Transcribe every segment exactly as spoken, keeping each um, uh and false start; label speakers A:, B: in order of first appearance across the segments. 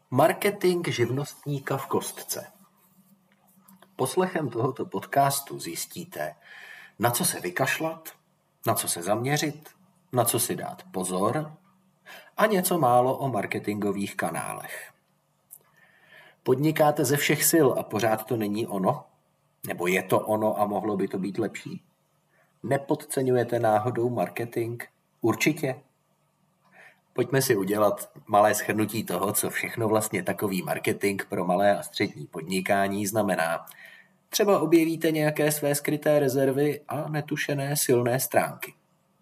A: Marketing živnostníka v kostce. Poslechem tohoto podcastu zjistíte, na co se vykašlat, na co se zaměřit, na co si dát pozor a něco málo o marketingových kanálech. Podnikáte ze všech sil a pořád to není ono? Nebo je to ono a mohlo by to být lepší? Nepodceňujete náhodou marketing? Určitě. Pojďme si udělat malé shrnutí toho, co všechno vlastně takový marketing pro malé a střední podnikání znamená. Třeba objevíte nějaké své skryté rezervy a netušené silné stránky.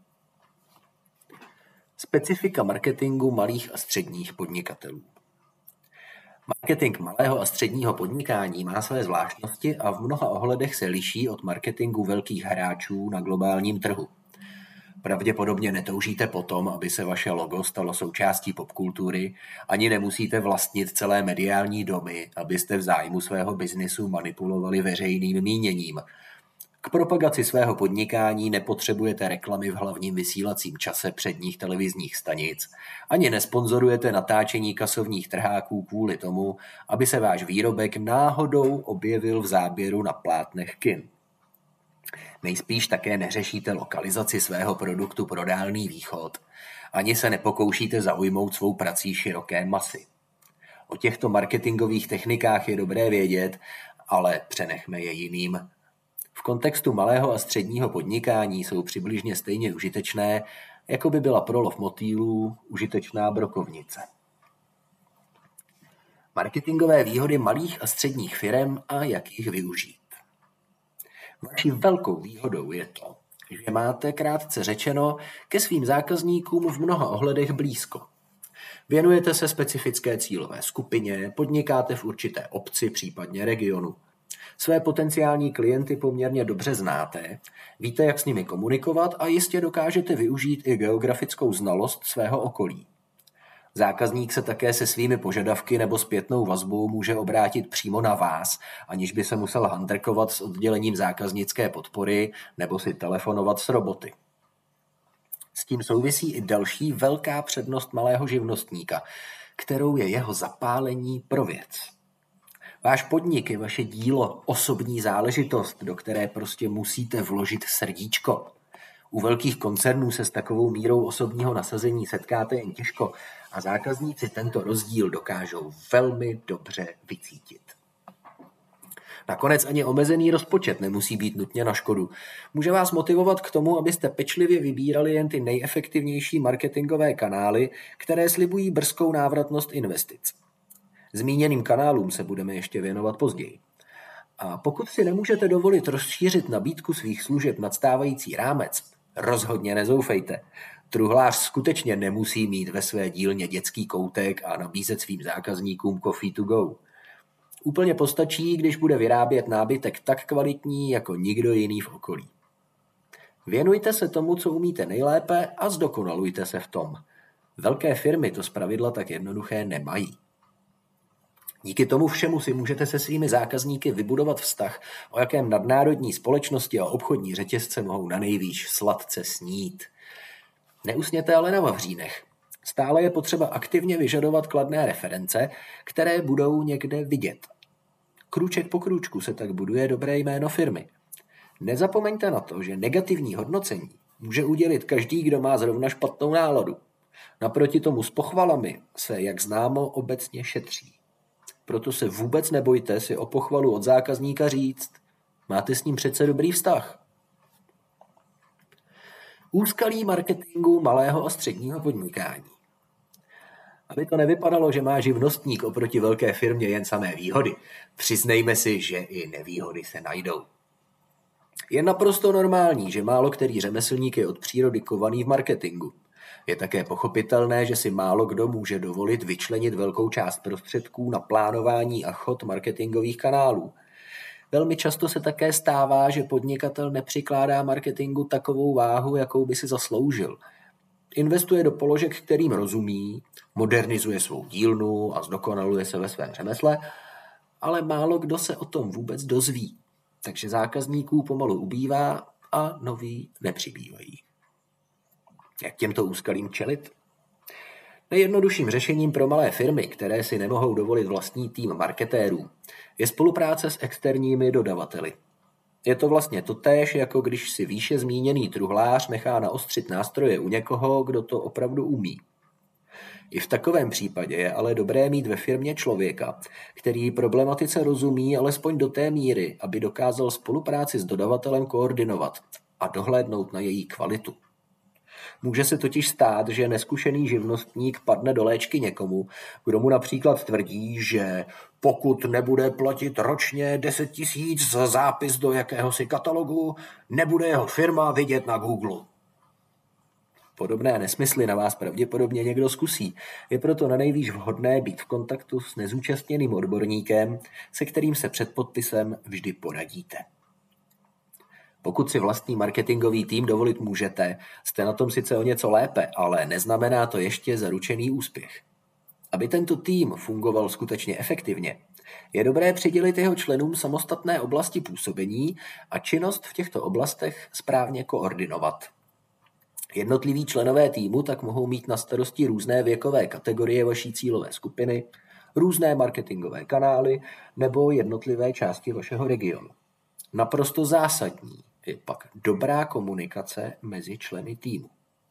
A: Specifika marketingu malých a středních podnikatelů. Marketing malého a středního podnikání má své zvláštnosti a v mnoha ohledech se liší od marketingu velkých hráčů na globálním trhu. Pravděpodobně netoužíte potom, aby se vaše logo stalo součástí popkultury, ani nemusíte vlastnit celé mediální domy, abyste v zájmu svého biznisu manipulovali veřejným míněním. K propagaci svého podnikání nepotřebujete reklamy v hlavním vysílacím čase předních televizních stanic, ani nesponzorujete natáčení kasovních trháků kvůli tomu, aby se váš výrobek náhodou objevil v záběru na plátnech kin. Nejspíš také neřešíte lokalizaci svého produktu pro Dálný východ, ani se nepokoušíte zaujmout svou prací široké masy. O těchto marketingových technikách je dobré vědět, ale přenechme je jiným. V kontextu malého a středního podnikání jsou přibližně stejně užitečné, jako by byla pro lov motýlů užitečná brokovnice. Marketingové výhody malých a středních firem a jak jich využít. Vaší velkou výhodou je to, že máte, krátce řečeno, ke svým zákazníkům v mnoha ohledech blízko. Věnujete se specifické cílové skupině, podnikáte v určité obci, případně regionu. Své potenciální klienty poměrně dobře znáte, víte, jak s nimi komunikovat a jistě dokážete využít i geografickou znalost svého okolí. Zákazník se také se svými požadavky nebo zpětnou vazbou může obrátit přímo na vás, aniž by se musel handrkovat s oddělením zákaznické podpory nebo si telefonovat s roboty. S tím souvisí i další velká přednost malého živnostníka, kterou je jeho zapálení pro věc. Váš podnik je vaše dílo, osobní záležitost, do které prostě musíte vložit srdíčko. U velkých koncernů se s takovou mírou osobního nasazení setkáte jen těžko a zákazníci tento rozdíl dokážou velmi dobře vycítit. Nakonec ani omezený rozpočet nemusí být nutně na škodu. Může vás motivovat k tomu, abyste pečlivě vybírali jen ty nejefektivnější marketingové kanály, které slibují brzkou návratnost investic. Zmíněným kanálům se budeme ještě věnovat později. A pokud si nemůžete dovolit rozšířit nabídku svých služeb nad stávající rámec, rozhodně nezoufejte. Truhlář skutečně nemusí mít ve své dílně dětský koutek a nabízet svým zákazníkům coffee to go. Úplně postačí, když bude vyrábět nábytek tak kvalitní jako nikdo jiný v okolí. Věnujte se tomu, co umíte nejlépe a zdokonalujte se v tom. Velké firmy to zpravidla tak jednoduché nemají. Díky tomu všemu si můžete se svými zákazníky vybudovat vztah, o jakém nadnárodní společnosti a obchodní řetězce mohou nanejvýš sladce snít. Neusněte ale na vavřínech. Stále je potřeba aktivně vyžadovat kladné reference, které budou někde vidět. Krůček po krůčku se tak buduje dobré jméno firmy. Nezapomeňte na to, že negativní hodnocení může udělit každý, kdo má zrovna špatnou náladu. Naproti tomu s pochvalami se, jak známo, obecně šetří. Proto se vůbec nebojte si o pochvalu od zákazníka říct. Máte s ním přece dobrý vztah. Úskalí marketingu malého a středního podnikání. Aby to nevypadalo, že má živnostník oproti velké firmě jen samé výhody, přiznejme si, že i nevýhody se najdou. Je naprosto normální, že málo který řemeslník je od přírody kovaný v marketingu. Je také pochopitelné, že si málo kdo může dovolit vyčlenit velkou část prostředků na plánování a chod marketingových kanálů. Velmi často se také stává, že podnikatel nepřikládá marketingu takovou váhu, jakou by si zasloužil. Investuje do položek, kterým rozumí, modernizuje svou dílnu a zdokonaluje se ve svém řemesle, ale málo kdo se o tom vůbec dozví. Takže zákazníků pomalu ubývá a noví nepřibývají. Jak těmto úskalím čelit? Nejjednodušším řešením pro malé firmy, které si nemohou dovolit vlastní tým marketérů, je spolupráce s externími dodavateli. Je to vlastně totéž, jako když si výše zmíněný truhlář nechá naostřit nástroje u někoho, kdo to opravdu umí. I v takovém případě je ale dobré mít ve firmě člověka, který problematice rozumí alespoň do té míry, aby dokázal spolupráci s dodavatelem koordinovat a dohlédnout na její kvalitu. Může se totiž stát, že neskušený živnostník padne do léčky někomu, kdo mu například tvrdí, že pokud nebude platit ročně deset tisíc za zápis do jakéhosi katalogu, nebude jeho firma vidět na Google. Podobné nesmysly na vás pravděpodobně někdo zkusí. Je proto nanejvýš vhodné být v kontaktu s nezúčastněným odborníkem, se kterým se před podpisem vždy poradíte. Pokud si vlastní marketingový tým dovolit můžete, jste na tom sice o něco lépe, ale neznamená to ještě zaručený úspěch. Aby tento tým fungoval skutečně efektivně, je dobré přidělit jeho členům samostatné oblasti působení a činnost v těchto oblastech správně koordinovat. Jednotliví členové týmu tak mohou mít na starosti různé věkové kategorie vaší cílové skupiny, různé marketingové kanály nebo jednotlivé části vašeho regionu. Naprosto zásadní je pak dobrá komunikace mezi členy týmu.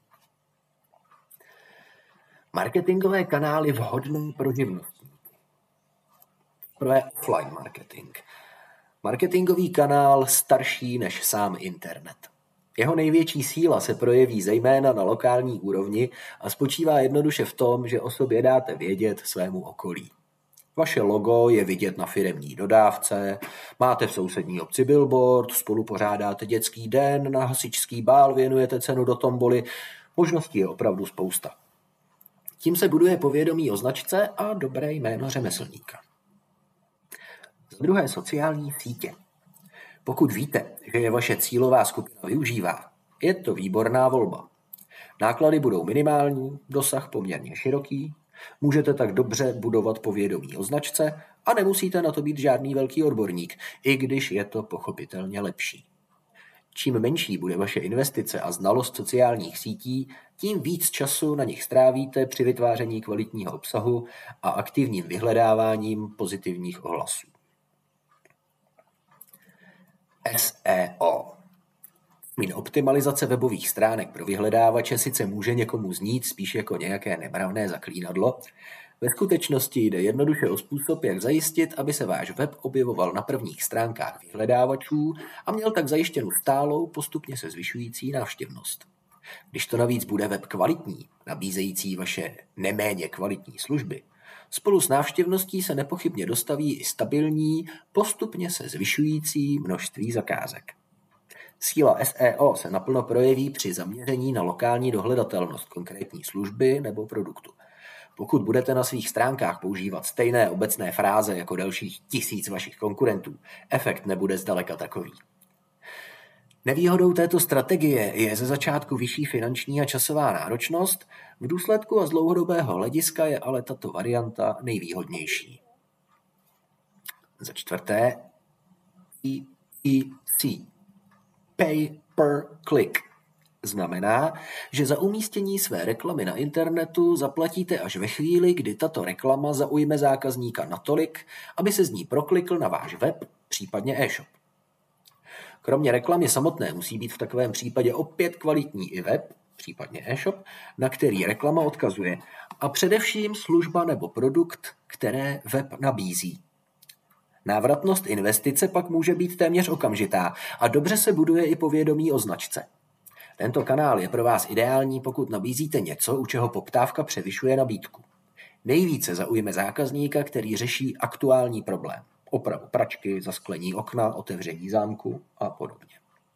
A: Marketingové kanály vhodné pro živnostníky. Prvé offline marketing. Marketingový kanál starší než sám internet. Jeho největší síla se projeví zejména na lokální úrovni a spočívá jednoduše v tom, že o sobě dáte vědět svému okolí. Vaše logo je vidět na firemní dodávce, máte v sousední obci billboard, spolu pořádáte dětský den, na hasičský bál věnujete cenu do tomboly, možností je opravdu spousta. Tím se buduje povědomí o značce a dobré jméno řemeslníka. Za druhé sociální sítě. Pokud víte, že je vaše cílová skupina využívá, je to výborná volba. Náklady budou minimální, dosah poměrně široký, můžete tak dobře budovat povědomí o značce a nemusíte na to být žádný velký odborník, i když je to pochopitelně lepší. Čím menší bude vaše investice a znalost sociálních sítí, tím víc času na nich strávíte při vytváření kvalitního obsahu a aktivním vyhledáváním pozitivních ohlasů. S E O. Min optimalizace webových stránek pro vyhledávače sice může někomu znít spíš jako nějaké nemravné zaklínadlo, ve skutečnosti jde jednoduše o způsob, jak zajistit, aby se váš web objevoval na prvních stránkách vyhledávačů a měl tak zajištěnu stálou, postupně se zvyšující návštěvnost. Když to navíc bude web kvalitní, nabízející vaše neméně kvalitní služby, spolu s návštěvností se nepochybně dostaví i stabilní, postupně se zvyšující množství zakázek. Síla S E O se naplno projeví při zaměření na lokální dohledatelnost konkrétní služby nebo produktu. Pokud budete na svých stránkách používat stejné obecné fráze jako dalších tisíc vašich konkurentů, efekt nebude zdaleka takový. Nevýhodou této strategie je ze začátku vyšší finanční a časová náročnost, v důsledku a z dlouhodobého hlediska je ale tato varianta nejvýhodnější. Za čtvrté P P C. Pay per click. Znamená, že za umístění své reklamy na internetu zaplatíte až ve chvíli, kdy tato reklama zaujme zákazníka natolik, aby se z ní proklikl na váš web, případně e-shop. Kromě reklamy samotné musí být v takovém případě opět kvalitní i web, případně e-shop, na který reklama odkazuje, a především služba nebo produkt, které web nabízí. Návratnost investice pak může být téměř okamžitá a dobře se buduje i povědomí o značce. Tento kanál je pro vás ideální, pokud nabízíte něco, u čeho poptávka převyšuje nabídku. Nejvíce zaujme zákazníka, který řeší aktuální problém. Opravu pračky, zasklení okna, otevření zámku a podobně.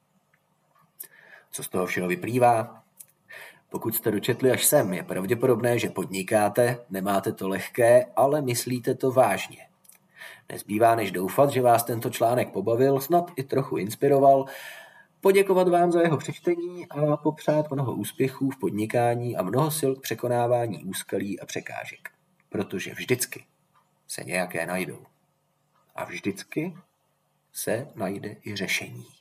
A: Co z toho všeho vyplývá? Pokud jste dočetli až sem, je pravděpodobné, že podnikáte, nemáte to lehké, ale myslíte to vážně. Nezbývá než doufat, že vás tento článek pobavil, snad i trochu inspiroval, poděkovat vám za jeho přečtení a popřát mnoho úspěchů v podnikání a mnoho sil k překonávání úskalí a překážek. Protože vždycky se nějaké najdou. A vždycky se najde i řešení.